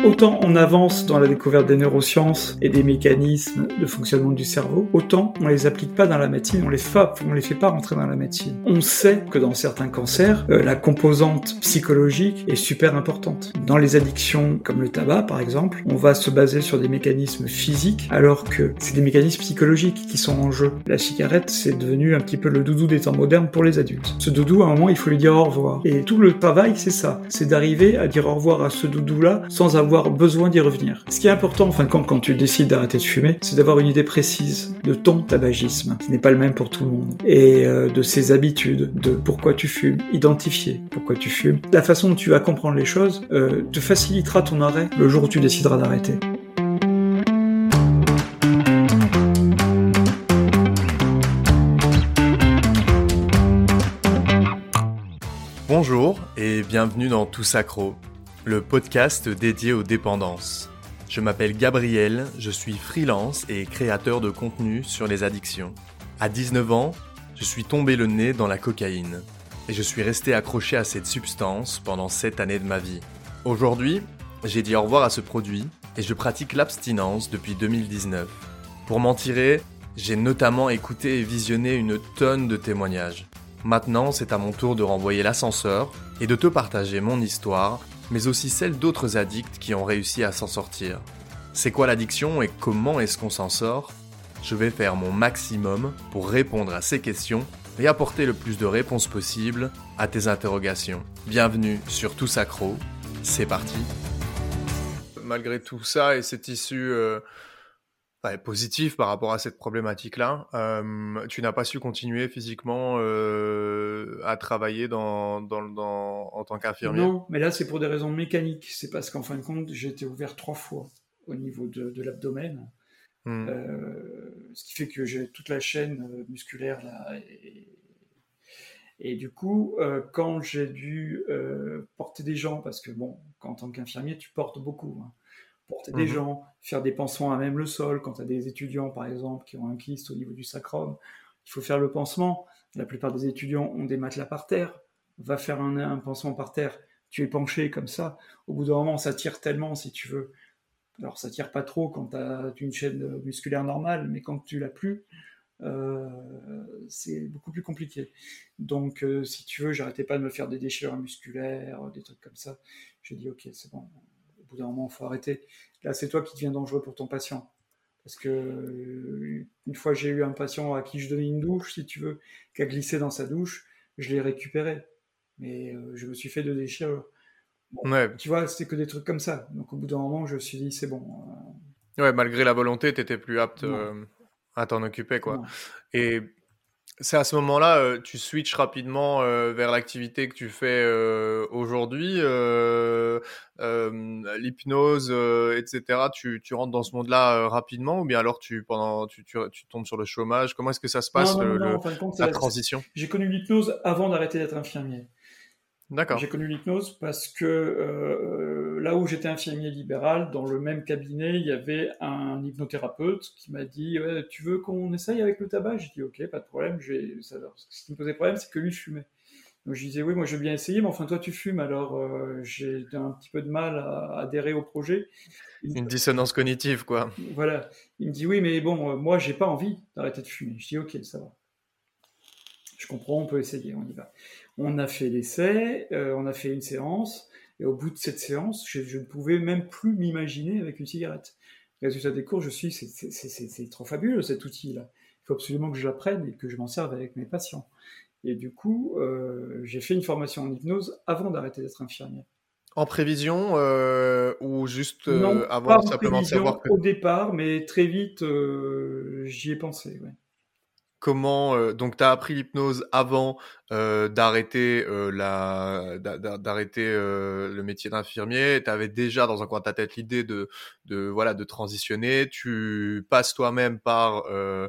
autant on avance dans la découverte des neurosciences et des mécanismes de fonctionnement du cerveau, autant on les applique pas dans la médecine, on les fait pas rentrer dans la médecine. On sait que dans certains cancers, la composante psychologique est super importante. Dans les addictions comme le tabac par exemple, on va se baser sur des mécanismes physiques alors que c'est des mécanismes psychologiques qui sont en jeu. La cigarette, c'est devenu un petit peu le doudou des temps modernes pour les adultes. Ce doudou, à un moment, il faut lui dire au revoir. Et tout le travail, c'est ça. C'est d'arriver à dire au revoir à ce doudou-là sans avoir besoin d'y revenir. Ce qui est important, en fin de compte, quand tu décides d'arrêter de fumer, c'est d'avoir une idée précise de ton tabagisme. Ce n'est pas le même pour tout le monde. Et de ses habitudes, de pourquoi tu fumes, identifier pourquoi tu fumes. La façon dont tu vas comprendre les choses te facilitera ton arrêt le jour où tu décideras d'arrêter. Bonjour et bienvenue dans Tous Accro, le podcast dédié aux dépendances. Je m'appelle Gabriel, je suis freelance et créateur de contenu sur les addictions. À 19 ans, je suis tombé le nez dans la cocaïne et je suis resté accroché à cette substance pendant 7 années de ma vie. Aujourd'hui, j'ai dit au revoir à ce produit et je pratique l'abstinence depuis 2019. Pour m'en tirer, j'ai notamment écouté et visionné une tonne de témoignages. Maintenant, c'est à mon tour de renvoyer l'ascenseur et de te partager mon histoire, mais aussi celle d'autres addicts qui ont réussi à s'en sortir. C'est quoi l'addiction et comment est-ce qu'on s'en sort ? Je vais faire mon maximum pour répondre à ces questions et apporter le plus de réponses possibles à tes interrogations. Bienvenue sur Tous Accro, c'est parti. Malgré tout ça et cette issue positif par rapport à cette problématique-là. Tu n'as pas su continuer physiquement à travailler en tant qu'infirmier ? Non, mais là c'est pour des raisons mécaniques. C'est parce qu'en fin de compte, j'ai été ouvert 3 fois au niveau de l'abdomen. Ce qui fait que j'ai toute la chaîne musculaire là. Et du coup, quand j'ai dû porter des gens, parce que bon, en tant qu'infirmier, tu portes beaucoup, hein. Porter des gens, faire des pansements à même le sol, quand tu as des étudiants par exemple qui ont un kyste au niveau du sacrum, il faut faire le pansement. La plupart des étudiants ont des matelas par terre, va faire un pansement par terre, tu es penché comme ça, au bout d'un moment ça tire tellement si tu veux. Alors ça tire pas trop quand tu as une chaîne musculaire normale, mais quand tu l'as plus, c'est beaucoup plus compliqué. Donc si tu veux, j'arrêtais pas de me faire des déchirures musculaires, des trucs comme ça. J'ai dit ok, c'est bon, au bout d'un moment il faut arrêter. Là c'est toi qui deviens dangereux pour ton patient. Parce que une fois j'ai eu un patient à qui je donnais une douche, si tu veux, qui a glissé dans sa douche, je l'ai récupéré. Mais je me suis fait 2 déchirures. Bon, Ouais. tu vois, c'était que des trucs comme ça. Donc au bout d'un moment, je me suis dit c'est bon. Ouais, malgré la volonté, t'étais plus apte Non, à t'en occuper, quoi. non. Et c'est à ce moment-là, tu switches rapidement vers l'activité que tu fais aujourd'hui, l'hypnose, etc. Tu rentres dans ce monde-là rapidement, ou bien alors tu tombes sur le chômage. Comment est-ce que ça se passe, Non, en fin de compte, la transition ? j'ai connu l'hypnose avant d'arrêter d'être infirmier. D'accord. J'ai connu l'hypnose parce que là où j'étais infirmier libéral, dans le même cabinet, il y avait un hypnothérapeute qui m'a dit ouais, « Tu veux qu'on essaye avec le tabac ?» J'ai dit « Ok, pas de problème. » Ce qui me posait problème, c'est que lui fumait. Donc je disais « Oui, moi je veux bien essayer, mais enfin toi tu fumes, alors j'ai un petit peu de mal à adhérer au projet. » Une dissonance cognitive, quoi. Voilà. Il me dit « Oui, mais bon, moi j'ai pas envie d'arrêter de fumer. » Je dis « Ok, ça va. Je comprends, on peut essayer, on y va. » On a fait l'essai, on a fait une séance, et au bout de cette séance, je ne pouvais même plus m'imaginer avec une cigarette. Résultat des cours, c'est trop fabuleux cet outil-là. Il faut absolument que je l'apprenne et que je m'en serve avec mes patients. Et du coup, j'ai fait une formation en hypnose avant d'arrêter d'être infirmier. En prévision ou juste Non, pas avant en simplement de savoir prévision que... au départ, mais très vite, j'y ai pensé. Ouais. Comment donc tu as appris l'hypnose avant d'arrêter le métier d'infirmier. Tu avais déjà dans un coin de ta tête l'idée de transitionner. Tu passes toi-même par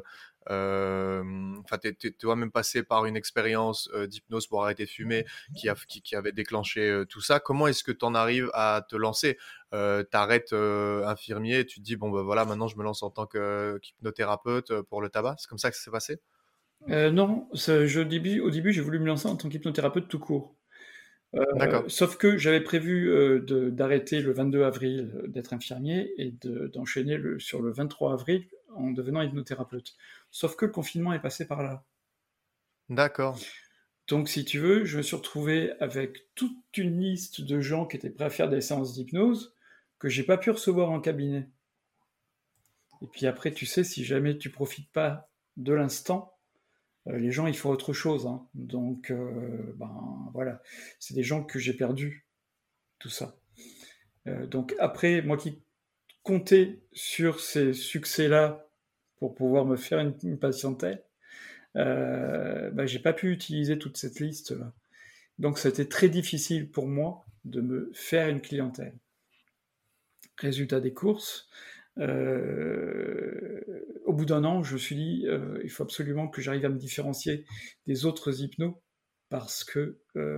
t'es toi-même passé par une expérience d'hypnose pour arrêter de fumer qui avait déclenché tout ça. Comment est-ce que tu en arrives à te lancer ? T'arrêtes infirmier, tu te dis bon ben voilà, maintenant je me lance en tant qu'hypnothérapeute pour le tabac. C'est comme ça que ça s'est passé ? Non, au début, j'ai voulu me lancer en tant qu'hypnothérapeute tout court. D'accord. Sauf que j'avais prévu d'arrêter le 22 avril d'être infirmier et d'enchaîner sur le 23 avril en devenant hypnothérapeute. Sauf que le confinement est passé par là. D'accord. Donc, si tu veux, je me suis retrouvé avec toute une liste de gens qui étaient prêts à faire des séances d'hypnose que j'ai pas pu recevoir en cabinet. Et puis après, tu sais, si jamais tu profites pas de l'instant, les gens, ils font autre chose, hein. Donc, voilà, c'est des gens que j'ai perdus, tout ça. Donc après, moi qui comptais sur ces succès-là pour pouvoir me faire une patientèle, j'ai pas pu utiliser toute cette liste-là. Donc c'était très difficile pour moi de me faire une clientèle. Résultat des courses, au bout d'un an, je me suis dit, il faut absolument que j'arrive à me différencier des autres hypnos parce que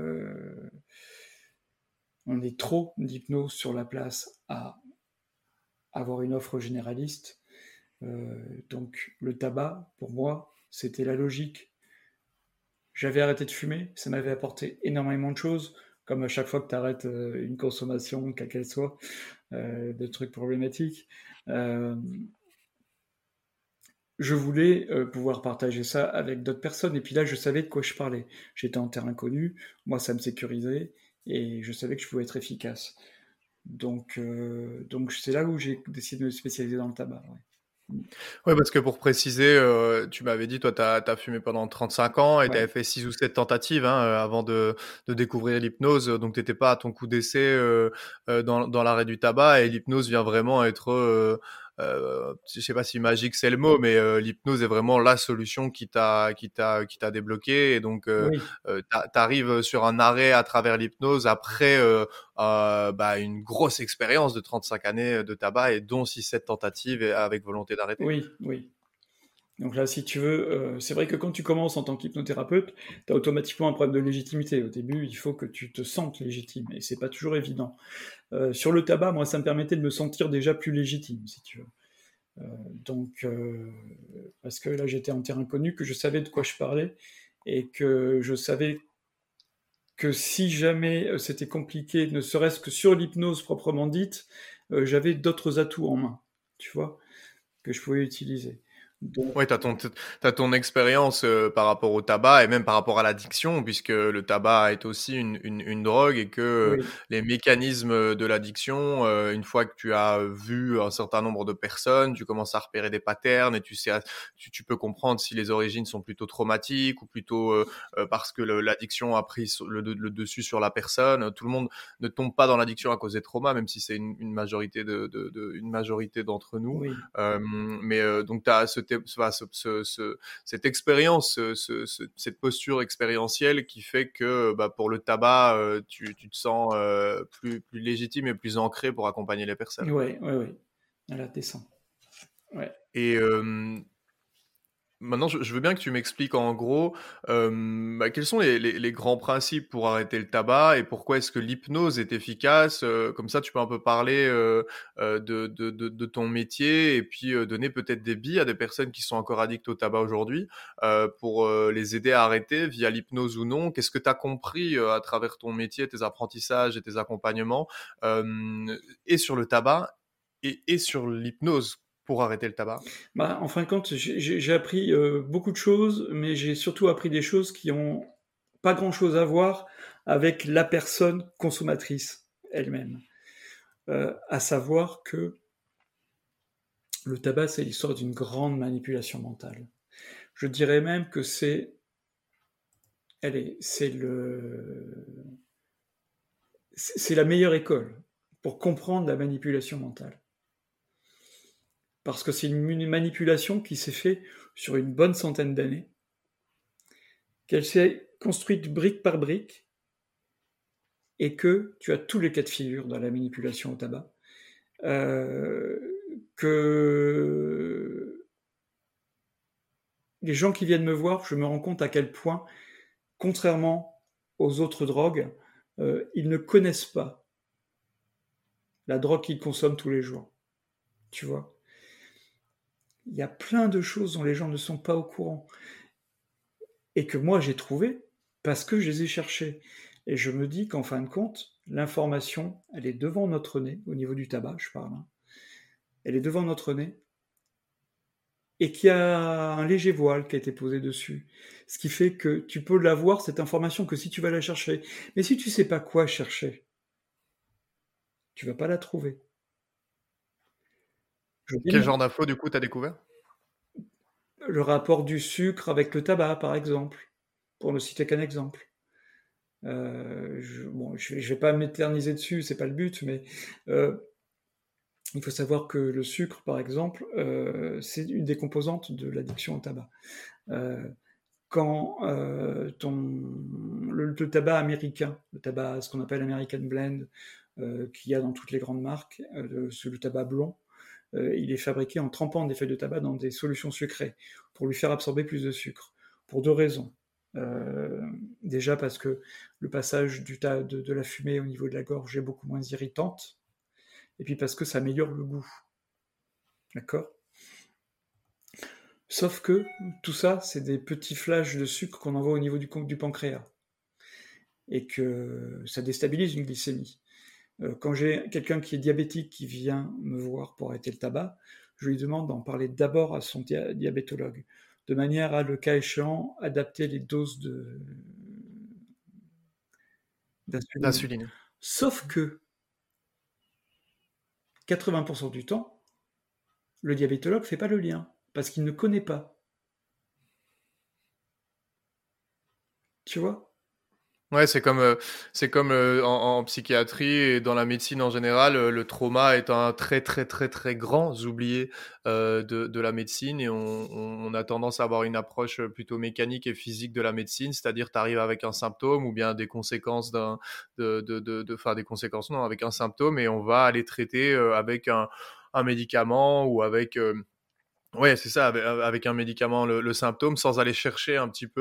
on est trop d'hypnos sur la place à avoir une offre généraliste. Donc le tabac, pour moi, c'était la logique. J'avais arrêté de fumer, ça m'avait apporté énormément de choses, comme à chaque fois que tu arrêtes une consommation, quelle qu'elle soit, de trucs problématiques. Je voulais pouvoir partager ça avec d'autres personnes, et puis là, je savais de quoi je parlais. J'étais en terrain connu, moi, ça me sécurisait, et je savais que je pouvais être efficace. Donc c'est là où j'ai décidé de me spécialiser dans le tabac. Ouais. Ouais, parce que pour préciser, tu m'avais dit, toi, t'as fumé pendant 35 ans et Ouais. t'avais fait 6 ou 7 tentatives hein, avant de découvrir l'hypnose. Donc, t'étais pas à ton coup d'essai dans l'arrêt du tabac. Et l'hypnose vient vraiment être, je sais pas si magique c'est le mot, mais l'hypnose est vraiment la solution qui t'a débloqué. Et donc, Oui, t'arrives sur un arrêt à travers l'hypnose après une grosse expérience de 35 années de tabac et dont 6-7 tentatives avec volonté d'arrêter. oui, oui. Donc là, si tu veux, c'est vrai que quand tu commences en tant qu'hypnothérapeute, tu as automatiquement un problème de légitimité. Au début, il faut que tu te sentes légitime, et c'est pas toujours évident. Sur le tabac, moi, ça me permettait de me sentir déjà plus légitime, si tu veux. Donc, parce que là, j'étais en terrain connu, que je savais de quoi je parlais, et que je savais que si jamais c'était compliqué, ne serait-ce que sur l'hypnose proprement dite, j'avais d'autres atouts en main, tu vois, que je pouvais utiliser. Donc, Ouais, t'as ton expérience par rapport au tabac et même par rapport à l'addiction, puisque le tabac est aussi une drogue et que oui, les mécanismes de l'addiction, une fois que tu as vu un certain nombre de personnes, tu commences à repérer des patterns et tu peux comprendre si les origines sont plutôt traumatiques ou plutôt parce que l'addiction a pris le dessus sur la personne. Tout le monde ne tombe pas dans l'addiction à cause des traumas, même si c'est une majorité une majorité d'entre nous. oui. Donc, tu as cette expérience, cette posture expérientielle qui fait que pour le tabac, tu te sens plus légitime et plus ancré pour accompagner les personnes. Ouais, ouais, ouais. Elle descend. Ouais. Et maintenant, je veux bien que tu m'expliques en gros quels sont les grands principes pour arrêter le tabac et pourquoi est-ce que l'hypnose est efficace. Comme ça, tu peux un peu parler de ton métier et puis donner peut-être des billes à des personnes qui sont encore addictes au tabac aujourd'hui pour les aider à arrêter via l'hypnose ou non. Qu'est-ce que tu as compris à travers ton métier, tes apprentissages et tes accompagnements et sur le tabac et sur l'hypnose pour arrêter le tabac? En fin de compte, j'ai appris beaucoup de choses, mais j'ai surtout appris des choses qui ont pas grand-chose à voir avec la personne consommatrice elle-même. À savoir que le tabac, c'est l'histoire d'une grande manipulation mentale. Je dirais même que c'est la meilleure école pour comprendre la manipulation mentale. Parce que c'est une manipulation qui s'est faite sur une bonne centaine d'années, qu'elle s'est construite brique par brique, et que tu as tous les cas de figure dans la manipulation au tabac. Que les gens qui viennent me voir, je me rends compte à quel point, contrairement aux autres drogues, ils ne connaissent pas la drogue qu'ils consomment tous les jours. Tu vois, il y a plein de choses dont les gens ne sont pas au courant et que moi j'ai trouvé parce que je les ai cherchées. Et je me dis qu'en fin de compte, l'information, elle est devant notre nez, au niveau du tabac, je parle, hein. Elle est devant notre nez, et qu'il y a un léger voile qui a été posé dessus. Ce qui fait que tu peux l'avoir, cette information, que si tu vas la chercher. Mais si tu sais pas quoi chercher, tu vas pas la trouver. Je dis Quel genre d'infos, du coup, t'as découvert? le rapport du sucre avec le tabac, par exemple, pour ne citer qu'un exemple. Je vais pas m'éterniser dessus, c'est pas le but, mais euh, il faut savoir que le sucre, par exemple, c'est une des composantes de l'addiction au tabac. Euh, quand le tabac américain, le tabac, ce qu'on appelle American Blend, qu'il y a dans toutes les grandes marques, le tabac blond, il est fabriqué en trempant des feuilles de tabac dans des solutions sucrées pour lui faire absorber plus de sucre. Pour deux raisons. Déjà parce que le passage de la fumée au niveau de la gorge est beaucoup moins irritante, et puis parce que ça améliore le goût. D'accord? Sauf que tout ça, c'est des petits flashs de sucre qu'on envoie au niveau du pancréas, et que ça déstabilise une glycémie. Quand j'ai quelqu'un qui est diabétique qui vient me voir pour arrêter le tabac, je lui demande d'en parler d'abord à son diabétologue, de manière à, le cas échéant, adapter les doses d'insuline. D'insuline. Sauf que 80% du temps, le diabétologue ne fait pas le lien, parce qu'il ne connaît pas. Tu vois? Ouais, c'est comme en psychiatrie et dans la médecine en général, le trauma est un très très très très grand oublié de la médecine et on a tendance à avoir une approche plutôt mécanique et physique de la médecine, c'est-à-dire tu arrives avec un symptôme ou bien des conséquences enfin des conséquences non, avec un symptôme et on va aller traiter avec un médicament ou avec ouais, c'est ça, avec un médicament, le symptôme, sans aller chercher un petit peu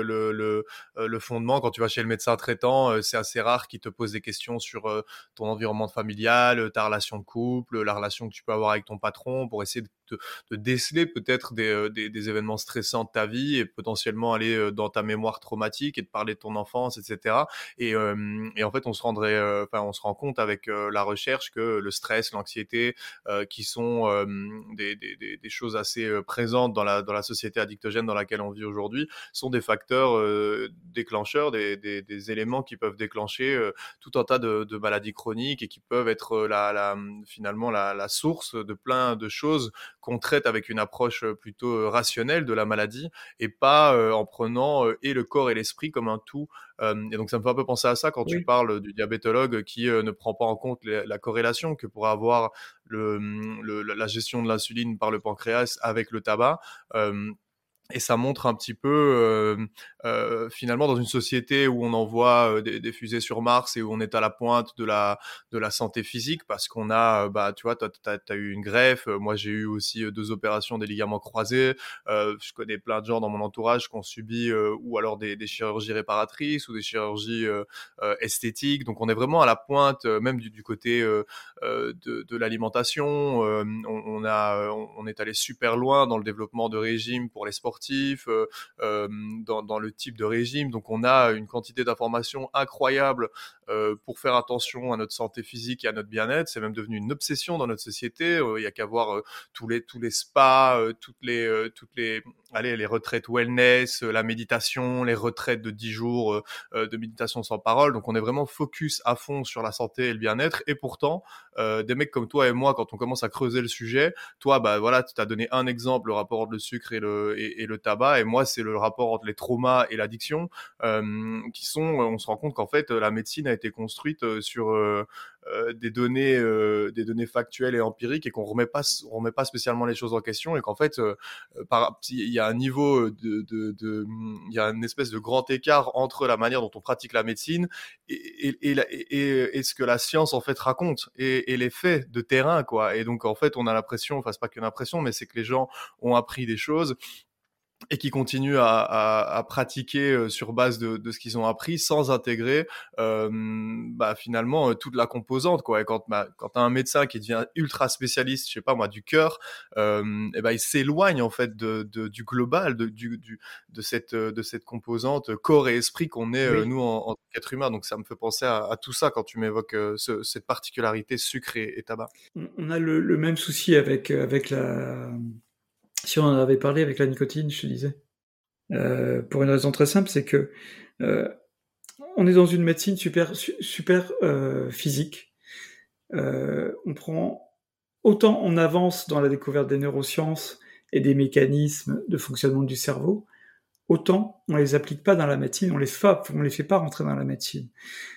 le fondement. Quand tu vas chez le médecin traitant, c'est assez rare qu'il te pose des questions sur ton environnement familial, ta relation de couple, la relation que tu peux avoir avec ton patron, pour essayer de déceler peut-être des événements stressants de ta vie et potentiellement aller dans ta mémoire traumatique et de parler de ton enfance, etc. Et en fait, on se rend compte avec la recherche que le stress, l'anxiété, qui sont des choses assez présentes dans la société addictogène dans laquelle on vit aujourd'hui, sont des facteurs déclencheurs, des éléments qui peuvent déclencher tout un tas de maladies chroniques et qui peuvent être finalement la source de plein de choses qu'on traite avec une approche plutôt rationnelle de la maladie et pas en prenant et le corps et l'esprit comme un tout. Et donc ça me fait un peu penser à ça quand tu Oui. parles du diabétologue qui ne prend pas en compte la corrélation que pourrait avoir la gestion de l'insuline par le pancréas avec le tabac. Et ça montre un petit peu, finalement, dans une société où on envoie des fusées sur Mars et où on est à la pointe de la santé physique parce qu'on a, bah, tu vois, t'as eu une greffe. Moi, j'ai eu aussi 2 opérations des ligaments croisés. Je connais plein de gens dans mon entourage qui ont subi ou alors des chirurgies réparatrices ou des chirurgies esthétiques. Donc, on est vraiment à la pointe, même du côté de l'alimentation. On est allé super loin dans le développement de régimes pour les sportifs, dans le type de régime. Donc on a une quantité d'informations incroyable pour faire attention à notre santé physique et à notre bien-être. C'est même devenu une obsession dans notre société. Il y a qu'à voir tous les spas, les retraites wellness, la méditation, les retraites de 10 jours de méditation sans parole. Donc on est vraiment focus à fond sur la santé et le bien-être. Et pourtant, des mecs comme toi et moi, quand on commence à creuser le sujet, toi, bah voilà, tu t'as donné un exemple, le rapport entre le sucre et le tabac, et moi, c'est le rapport entre les traumas et l'addiction, on se rend compte qu'en fait, la médecine a été construite sur des données factuelles et empiriques, et qu'on remet pas spécialement les choses en question, et qu'en fait, il y a un niveau il y a une espèce de grand écart entre la manière dont on pratique la médecine et ce que la science en fait raconte et les faits de terrain, quoi. Et donc en fait on a l'impression, enfin c'est pas qu'une impression, mais c'est que les gens ont appris des choses et qui continuent à pratiquer sur base de ce qu'ils ont appris sans intégrer finalement toute la composante, quoi. Et quand t'as un médecin qui devient ultra spécialiste, je sais pas moi, du cœur, il s'éloigne en fait du global, de cette composante corps et esprit qu'on est Oui. nous en tant qu'être humain. Donc ça me fait penser à tout ça quand tu m'évoques cette particularité sucre et tabac. On a le même souci avec la... Si on en avait parlé avec la nicotine, je te disais. Pour une raison très simple, c'est que on est dans une médecine super physique. On prend autant on avance dans la découverte des neurosciences et des mécanismes de fonctionnement du cerveau, autant on les applique pas dans la médecine, on les fait pas rentrer dans la médecine.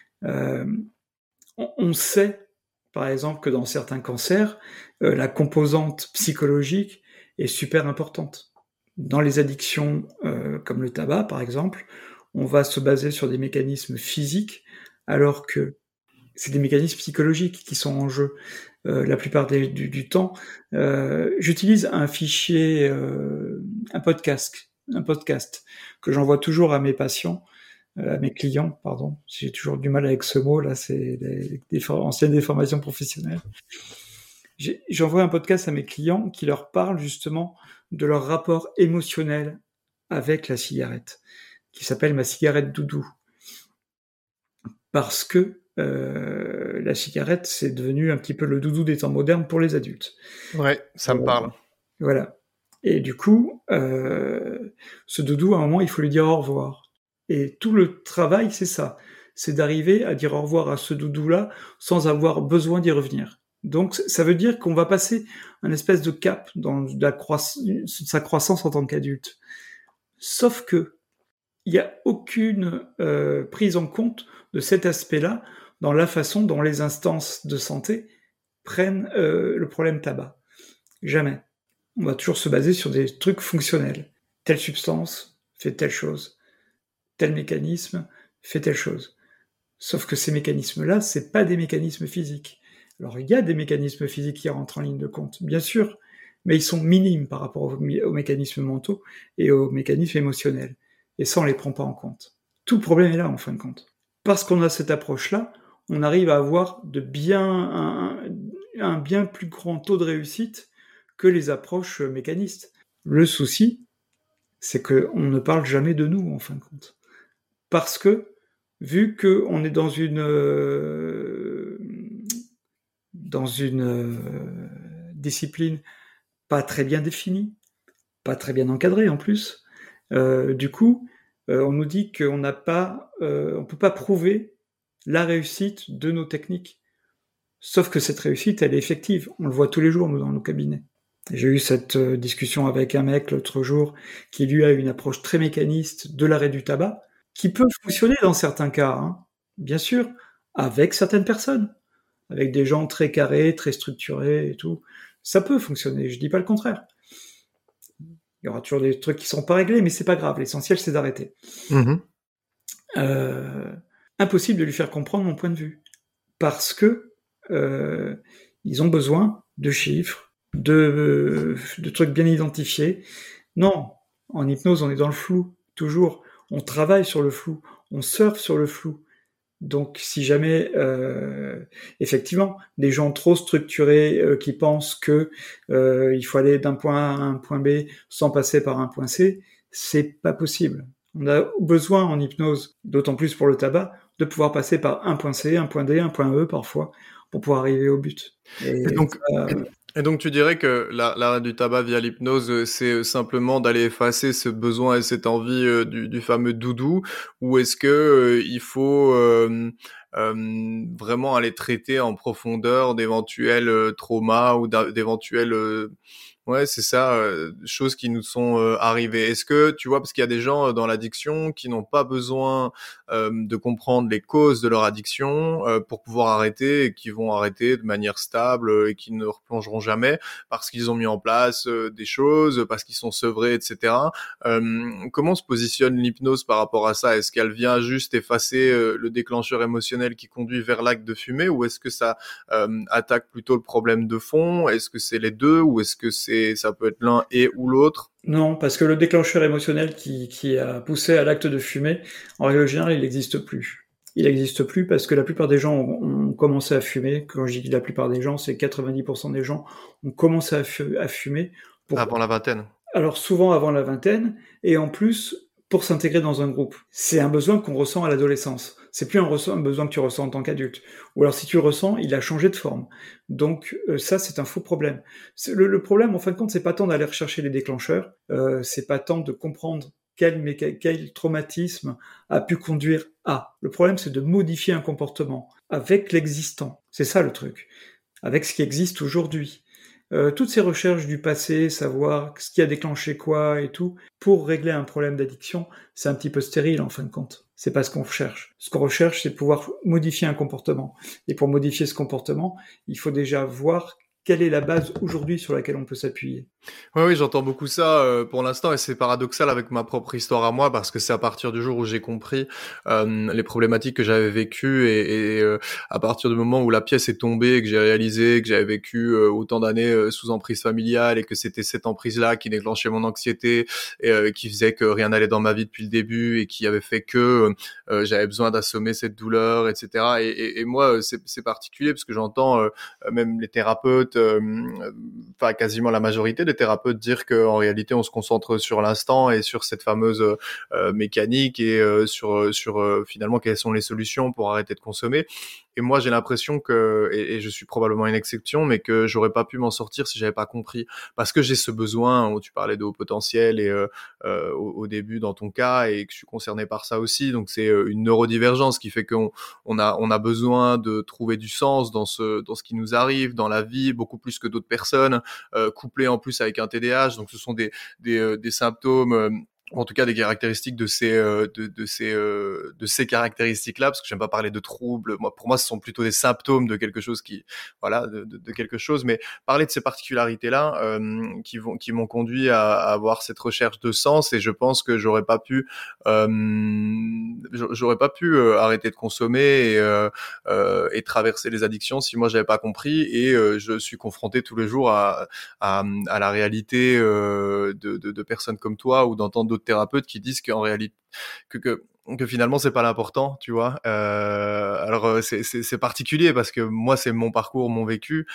On sait, par exemple, que dans certains cancers, la composante psychologique est super importante. Dans les addictions comme le tabac, par exemple, on va se baser sur des mécanismes physiques, alors que c'est des mécanismes psychologiques qui sont en jeu. La plupart du temps, j'utilise un fichier, un podcast que j'envoie toujours à mes patients, à mes clients, pardon. J'ai toujours du mal avec ce mot, là, c'est des anciennes déformations professionnelles. J'envoie un podcast à mes clients qui leur parle justement de leur rapport émotionnel avec la cigarette, qui s'appelle ma cigarette doudou. Parce que la cigarette, c'est devenu un petit peu le doudou des temps modernes pour les adultes. Ouais, ça me parle. Voilà. Et du coup, ce doudou, à un moment, il faut lui dire au revoir. Et tout le travail, c'est ça. C'est d'arriver à dire au revoir à ce doudou-là sans avoir besoin d'y revenir. Donc, ça veut dire qu'on va passer un espèce de cap dans sa croissance en tant qu'adulte. Sauf que il n'y a aucune prise en compte de cet aspect-là dans la façon dont les instances de santé prennent le problème tabac. Jamais. On va toujours se baser sur des trucs fonctionnels. Telle substance fait telle chose. Tel mécanisme fait telle chose. Sauf que ces mécanismes-là, c'est pas des mécanismes physiques. Alors, il y a des mécanismes physiques qui rentrent en ligne de compte, bien sûr, mais ils sont minimes par rapport aux mécanismes mentaux et aux mécanismes émotionnels. Et ça, on les prend pas en compte. Tout le problème est là, en fin de compte. Parce qu'on a cette approche-là, on arrive à avoir un bien plus grand taux de réussite que les approches mécanistes. Le souci, c'est qu'on ne parle jamais de nous, en fin de compte. Parce que, vu qu'on est dans une discipline pas très bien définie, pas très bien encadrée en plus, du coup, on nous dit qu'on on peut pas prouver la réussite de nos techniques. Sauf que cette réussite, elle est effective. On le voit tous les jours, nous, dans nos cabinets. J'ai eu cette discussion avec un mec l'autre jour qui, lui, a une approche très mécaniste de l'arrêt du tabac, qui peut fonctionner dans certains cas, hein, bien sûr, avec certaines personnes, avec des gens très carrés, très structurés et tout. Ça peut fonctionner, je dis pas le contraire. Il y aura toujours des trucs qui sont pas réglés, mais c'est pas grave. L'essentiel, c'est d'arrêter. Impossible de lui faire comprendre mon point de vue. Parce que ils ont besoin de chiffres, de trucs bien identifiés. Non, en hypnose, on est dans le flou, toujours. On travaille sur le flou, on surfe sur le flou. Donc, si jamais, effectivement, des gens trop structurés qui pensent que il faut aller d'un point A à un point B sans passer par un point C, c'est pas possible. On a besoin en hypnose, d'autant plus pour le tabac, de pouvoir passer par un point C, un point D, un point E parfois, pour pouvoir arriver au but. Et donc tu dirais que l'arrêt du tabac via l'hypnose, c'est simplement d'aller effacer ce besoin et cette envie du fameux doudou, ou est-ce que il faut vraiment aller traiter en profondeur d'éventuels traumas ou d'éventuels ouais, c'est ça, choses qui nous sont arrivées. Est-ce que, tu vois, parce qu'il y a des gens dans l'addiction qui n'ont pas besoin de comprendre les causes de leur addiction pour pouvoir arrêter et qui vont arrêter de manière stable et qui ne replongeront jamais parce qu'ils ont mis en place des choses, parce qu'ils sont sevrés, etc. Comment se positionne l'hypnose par rapport à ça? Est-ce qu'elle vient juste effacer le déclencheur émotionnel qui conduit vers l'acte de fumer, ou est-ce que ça attaque plutôt le problème de fond? Est-ce que c'est les deux, ou est-ce que c'est ça peut être l'un et ou l'autre? Non, parce que le déclencheur émotionnel qui a poussé à l'acte de fumer, en règle générale, il n'existe plus. Il n'existe plus parce que la plupart des gens ont commencé à fumer. Quand je dis la plupart des gens, c'est 90% des gens ont commencé à fumer. Avant la vingtaine? Alors souvent avant la vingtaine, et en plus pour s'intégrer dans un groupe. C'est un besoin qu'on ressent à l'adolescence. C'est plus un besoin que tu ressens en tant qu'adulte. Ou alors si tu le ressens, il a changé de forme. Donc ça, c'est un faux problème. Le problème, en fin de compte, c'est pas tant d'aller rechercher les déclencheurs, c'est pas tant de comprendre quel traumatisme a pu conduire à. Le problème, c'est de modifier un comportement avec l'existant. C'est ça le truc. Avec ce qui existe aujourd'hui. Toutes ces recherches du passé, savoir ce qui a déclenché quoi et tout, pour régler un problème d'addiction, c'est un petit peu stérile en fin de compte. C'est pas ce qu'on recherche. Ce qu'on recherche, c'est de pouvoir modifier un comportement. Et pour modifier ce comportement, il faut déjà voir quelle est la base aujourd'hui sur laquelle on peut s'appuyer. Oui, j'entends beaucoup ça pour l'instant et c'est paradoxal avec ma propre histoire à moi parce que c'est à partir du jour où j'ai compris les problématiques que j'avais vécues et à partir du moment où la pièce est tombée et que j'ai réalisé que j'avais vécu autant d'années sous emprise familiale et que c'était cette emprise-là qui déclenchait mon anxiété et qui faisait que rien n'allait dans ma vie depuis le début et qui avait fait que j'avais besoin d'assommer cette douleur, etc. Et moi, c'est particulier parce que j'entends même les thérapeutes, enfin quasiment la majorité des thérapeutes dire qu'en réalité on se concentre sur l'instant et sur cette fameuse mécanique et sur finalement quelles sont les solutions pour arrêter de consommer. Et moi j'ai l'impression que et je suis probablement une exception, mais que j'aurais pas pu m'en sortir si j'avais pas compris, parce que j'ai ce besoin où tu parlais de haut potentiel et au début dans ton cas et que je suis concerné par ça aussi. Donc c'est une neurodivergence qui fait qu'on a besoin de trouver du sens dans ce qui nous arrive dans la vie, beaucoup plus que d'autres personnes, couplé en plus avec un TDAH. Donc ce sont des symptômes, en tout cas des caractéristiques de ces caractéristiques-là, parce que j'aime pas parler de troubles. Pour moi, ce sont plutôt des symptômes de quelque chose de quelque chose. Mais parler de ces particularités-là, qui m'ont conduit à avoir cette recherche de sens. Et je pense que j'aurais pas pu arrêter de consommer et traverser les addictions si moi j'avais pas compris. Et je suis confronté tous les jours à la réalité de personnes comme toi ou d'entendre d'autres thérapeutes qui disent qu'en réalité que finalement c'est pas l'important, tu vois. Alors c'est particulier parce que moi c'est mon parcours, mon vécu,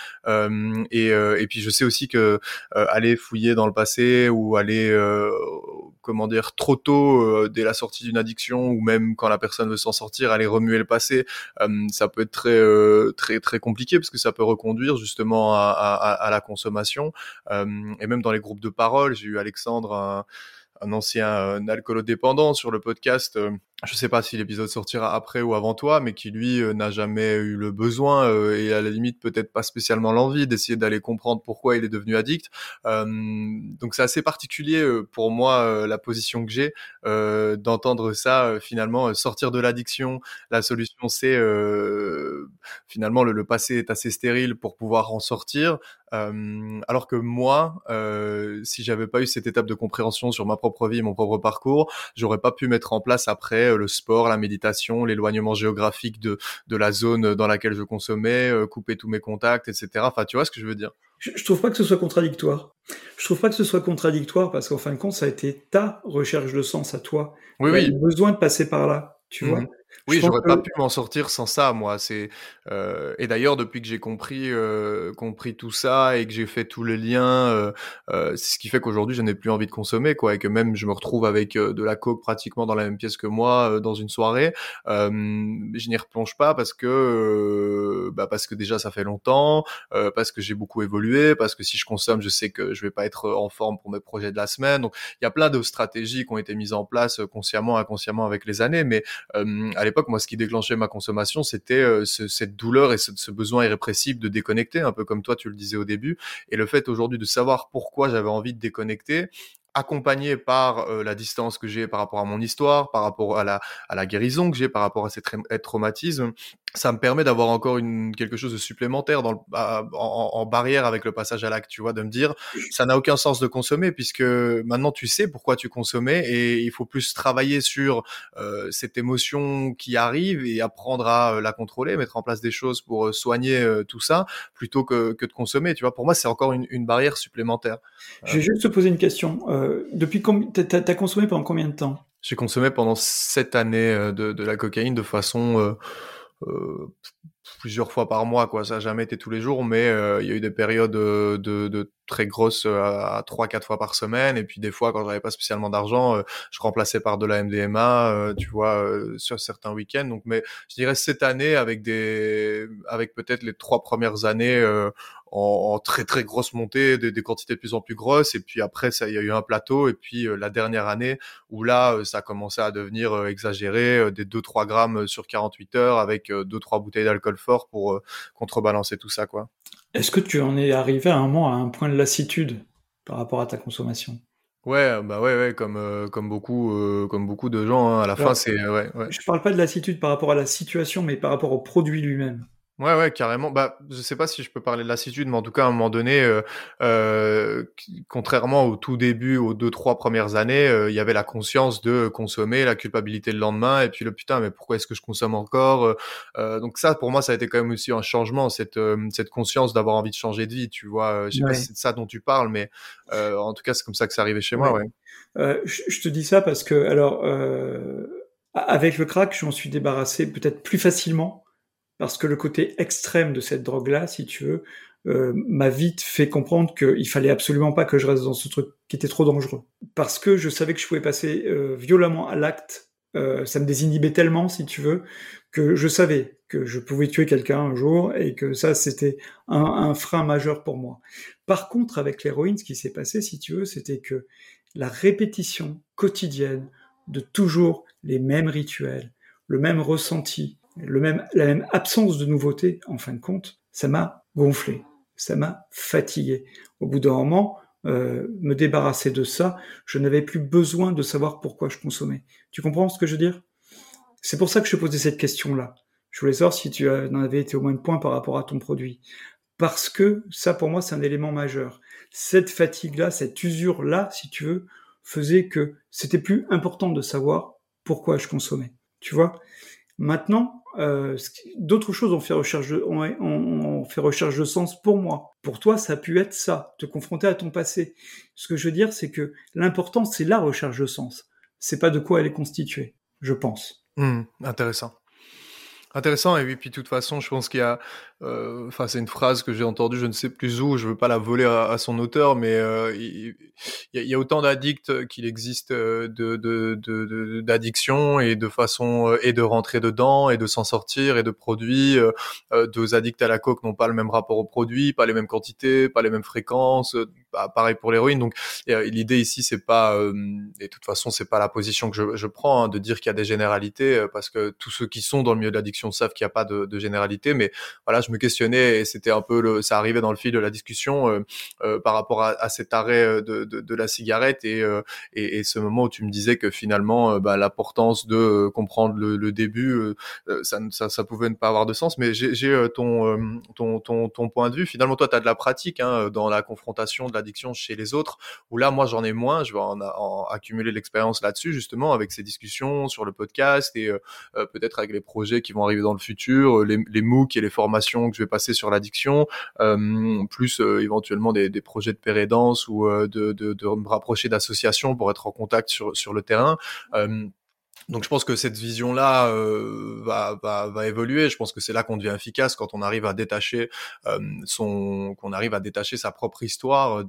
et puis je sais aussi que aller fouiller dans le passé ou aller comment dire trop tôt dès la sortie d'une addiction ou même quand la personne veut s'en sortir, aller remuer le passé, ça peut être très très compliqué parce que ça peut reconduire justement à la consommation, et même dans les groupes de parole, j'ai eu Alexandre, un ancien alcoolodépendant sur le podcast. Je sais pas si l'épisode sortira après ou avant toi, mais qui lui n'a jamais eu le besoin et à la limite peut-être pas spécialement l'envie d'essayer d'aller comprendre pourquoi il est devenu addict. Donc c'est assez particulier pour moi la position que j'ai d'entendre ça finalement sortir de l'addiction. La solution c'est finalement le passé est assez stérile pour pouvoir en sortir. Alors que moi, si j'avais pas eu cette étape de compréhension sur ma propre vie et mon propre parcours, j'aurais pas pu mettre en place après le sport, la méditation, l'éloignement géographique de la zone dans laquelle je consommais, couper tous mes contacts, etc. Enfin, tu vois ce que je veux dire? Je trouve pas que ce soit contradictoire. Je trouve pas que ce soit contradictoire parce qu'en fin de compte, ça a été ta recherche de sens à toi. Oui, Tu as eu oui. besoin de passer par là, tu vois. Je Oui, pense j'aurais que pas pu m'en sortir sans ça, moi. Et d'ailleurs, depuis que j'ai compris tout ça et que j'ai fait tous les liens, c'est ce qui fait qu'aujourd'hui, je n'ai plus envie de consommer, quoi, et que même je me retrouve avec de la coke pratiquement dans la même pièce que moi dans une soirée. Je n'y replonge pas parce que déjà ça fait longtemps, parce que j'ai beaucoup évolué, parce que si je consomme, je sais que je vais pas être en forme pour mes projets de la semaine. Donc, il y a plein de stratégies qui ont été mises en place consciemment, inconsciemment avec les années, mais à l'époque, moi, ce qui déclenchait ma consommation, c'était cette douleur et ce besoin irrépressible de déconnecter, un peu comme toi, tu le disais au début. Et le fait aujourd'hui de savoir pourquoi j'avais envie de déconnecter, accompagné par la distance que j'ai par rapport à mon histoire, par rapport à la guérison que j'ai par rapport à ces traumatismes, ça me permet d'avoir encore quelque chose de supplémentaire en barrière avec le passage à l'acte, tu vois, de me dire, ça n'a aucun sens de consommer puisque maintenant tu sais pourquoi tu consommais et il faut plus travailler sur cette émotion qui arrive et apprendre à la contrôler, mettre en place des choses pour soigner tout ça plutôt que de consommer, tu vois. Pour moi, c'est encore une barrière supplémentaire. Je vais juste te poser une question. Depuis combien t'as consommé pendant combien de temps? J'ai consommé pendant 7 années de la cocaïne de façon euh, plusieurs fois par mois, quoi. Ça n'a jamais été tous les jours, mais il y a eu des périodes de très grosses à 3-4 fois par semaine. Et puis des fois, quand j'avais pas spécialement d'argent, je remplaçais par de la MDMA, tu vois, sur certains week-ends. Donc, mais je dirais cette année avec peut-être les 3 premières années en très très grosse montée, des quantités de plus en plus grosses. Et puis après, il y a eu un plateau. Et puis la dernière année où là, ça a commencé à devenir exagéré, des 2-3 grammes sur 48 heures avec 2-3 bouteilles d'alcool fort pour contrebalancer tout ça, quoi. Est-ce que tu en es arrivé à un moment à un point de lassitude par rapport à ta consommation? Ouais, bah ouais, comme beaucoup de gens, hein. À la fin, Alors, c'est ouais. je parle pas de lassitude par rapport à la situation, mais par rapport au produit lui-même. Ouais, carrément. Bah, je sais pas si je peux parler de lassitude, mais en tout cas, à un moment donné, contrairement au tout début, aux 2-3 premières années, il y avait la conscience de consommer, la culpabilité le lendemain, et puis le putain, mais pourquoi est-ce que je consomme encore? Donc ça, pour moi, ça a été quand même aussi un changement, cette conscience d'avoir envie de changer de vie, tu vois. Je sais pas si Ouais, c'est de ça dont tu parles, mais en tout cas, c'est comme ça que c'est arrivé chez moi, ouais. ouais. Je te dis ça parce que, alors, avec le crack, je m'en suis débarrassé peut-être plus facilement parce que le côté extrême de cette drogue-là, si tu veux, m'a vite fait comprendre qu'il fallait absolument pas que je reste dans ce truc qui était trop dangereux. Parce que je savais que je pouvais passer violemment à l'acte, ça me désinhibait tellement, si tu veux, que je savais que je pouvais tuer quelqu'un un jour et que ça, c'était un frein majeur pour moi. Par contre, avec l'héroïne, ce qui s'est passé, si tu veux, c'était que la répétition quotidienne de toujours les mêmes rituels, le même ressenti, la même absence de nouveauté, en fin de compte, ça m'a gonflé, ça m'a fatigué. Au bout d'un moment, me débarrasser de ça, je n'avais plus besoin de savoir pourquoi je consommais. Tu comprends ce que je veux dire? C'est pour ça que je te posais cette question-là. Je voulais savoir si tu en avais été au moins de point par rapport à ton produit. Parce que ça, pour moi, c'est un élément majeur. Cette fatigue-là, cette usure-là, si tu veux, faisait que c'était plus important de savoir pourquoi je consommais. Tu vois? Maintenant, d'autres choses ont fait recherche de sens pour moi. Pour toi, ça a pu être ça, te confronter à ton passé. Ce que je veux dire, c'est que l'important, c'est la recherche de sens. C'est pas de quoi elle est constituée, je pense. Intéressant. Intéressant, et puis de toute façon, je pense qu'il y a, enfin c'est une phrase que j'ai entendue, je ne sais plus où, je veux pas la voler à son auteur, mais il y a autant d'addicts qu'il existe d'addictions et de façon et de rentrer dedans et de s'en sortir et de produits. Deux addicts à la coke n'ont pas le même rapport aux produits, pas les mêmes quantités, pas les mêmes fréquences. Pareil pour l'héroïne. Donc l'idée ici, c'est pas, et de toute façon, c'est pas la position que je prends, hein, de dire qu'il y a des généralités, parce que tous ceux qui sont dans le milieu de l'addiction savent qu'il n'y a pas de généralité. Mais voilà, je me questionnais et c'était un peu ça arrivait dans le fil de la discussion par rapport à cet arrêt de la cigarette et ce moment où tu me disais que finalement, l'importance de comprendre le début, ça pouvait ne pas avoir de sens. Mais j'ai ton point de vue. Finalement, toi, tu as de la pratique, hein, dans la confrontation de l'addiction chez les autres, où là, moi, j'en ai moins. Je vais en accumuler de l'expérience là-dessus, justement, avec ces discussions sur le podcast et peut-être avec les projets qui vont arriver dans le futur, les MOOC et les formations que je vais passer sur l'addiction, plus éventuellement des projets de pérédance ou de me rapprocher d'associations pour être en contact sur le terrain. Donc je pense que cette vision-là va évoluer. Je pense que c'est là qu'on devient efficace quand on arrive à détacher qu'on arrive à détacher sa propre histoire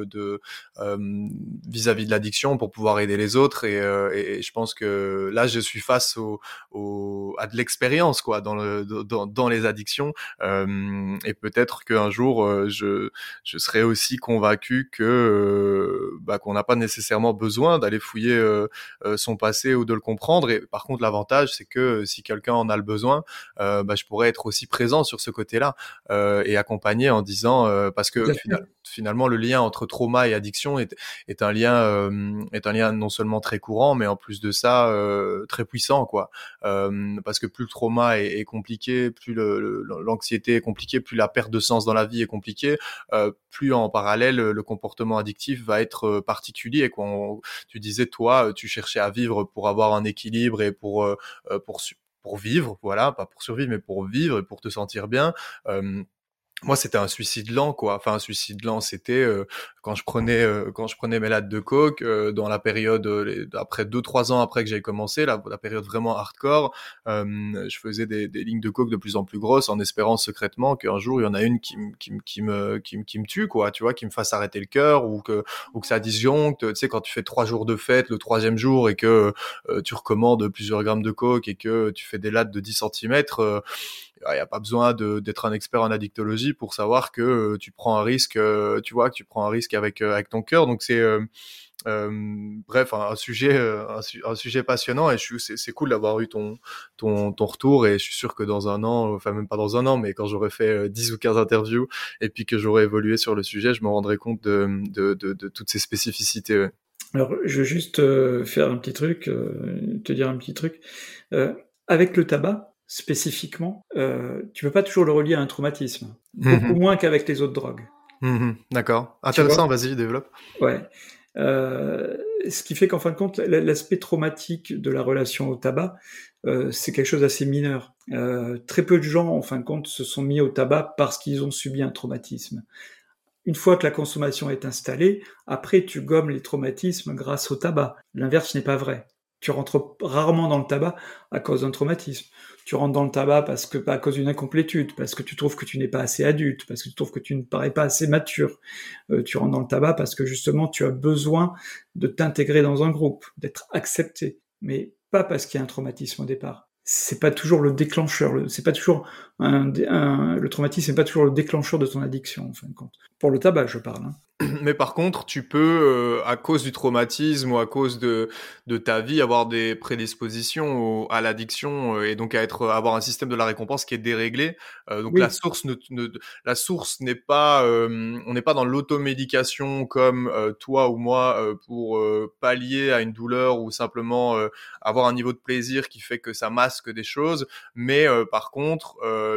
vis-à-vis de l'addiction pour pouvoir aider les autres. Et je pense que là je suis face à de l'expérience quoi dans les addictions. Et peut-être qu'un jour je serai aussi convaincu que qu'on n'a pas nécessairement besoin d'aller fouiller son passé ou de le comprendre. Et par contre, l'avantage, c'est que si quelqu'un en a le besoin, je pourrais être aussi présent sur ce côté-là et accompagner en disant parce que Tout à fait. finalement le lien entre trauma et addiction est un lien non seulement très courant, mais en plus de ça très puissant, quoi. Parce que plus le trauma est compliqué, plus l'anxiété est compliquée, plus la perte de sens dans la vie est compliquée, plus en parallèle le comportement addictif va être particulier, quoi. Tu disais, toi, tu cherchais à vivre pour avoir un équilibre et pour vivre, voilà, pas pour survivre, mais pour vivre et pour te sentir bien. Moi, c'était un suicide lent, quoi. Enfin, un suicide lent, c'était quand je prenais mes lattes de coke dans la période après 2-3 ans après que j'avais commencé, la période vraiment hardcore. Je faisais des lignes de coke de plus en plus grosses en espérant secrètement qu'un jour il y en a une qui me tue, quoi. Tu vois, qui me fasse arrêter le cœur ou que ça disjoncte. Tu sais, quand tu fais 3 jours de fête, le 3e jour et que tu recommandes plusieurs grammes de coke et que tu fais des lattes de 10 centimètres. Il n'y a pas besoin d'être un expert en addictologie pour savoir que tu prends un risque, tu vois, que tu prends un risque avec ton cœur. Donc c'est bref, un sujet passionnant et c'est cool d'avoir eu ton retour et je suis sûr que dans un an, enfin même pas dans un an, mais quand j'aurai fait 10 ou 15 interviews et puis que j'aurai évolué sur le sujet, je me rendrai compte de toutes ces spécificités. Ouais. Alors, je veux juste faire un petit truc, te dire un petit truc. Avec le tabac, spécifiquement, tu peux pas toujours le relier à un traumatisme. Beaucoup moins qu'avec les autres drogues. D'accord. Intéressant, vas-y, développe. Ouais. Ce qui fait qu'en fin de compte, l'aspect traumatique de la relation au tabac, c'est quelque chose d'assez mineur. Très peu de gens, en fin de compte, se sont mis au tabac parce qu'ils ont subi un traumatisme. Une fois que la consommation est installée, après tu gommes les traumatismes grâce au tabac. L'inverse n'est pas vrai. Tu rentres rarement dans le tabac à cause d'un traumatisme. Tu rentres dans le tabac à cause d'une incomplétude, parce que tu trouves que tu n'es pas assez adulte, parce que tu trouves que tu ne parais pas assez mature. Tu rentres dans le tabac parce que justement tu as besoin de t'intégrer dans un groupe, d'être accepté, mais pas parce qu'il y a un traumatisme au départ. C'est pas toujours le déclencheur, c'est pas toujours le traumatisme n'est pas toujours le déclencheur de ton addiction, en fin de compte. Pour le tabac, je parle. Mais par contre, tu peux, à cause du traumatisme ou à cause de ta vie, avoir des prédispositions à l'addiction et donc avoir un système de la récompense qui est déréglé. Donc Oui. la source n'est pas, on n'est pas dans l'automédication comme toi ou moi pour pallier à une douleur ou simplement avoir un niveau de plaisir qui fait que ça masque des choses. Mais par contre,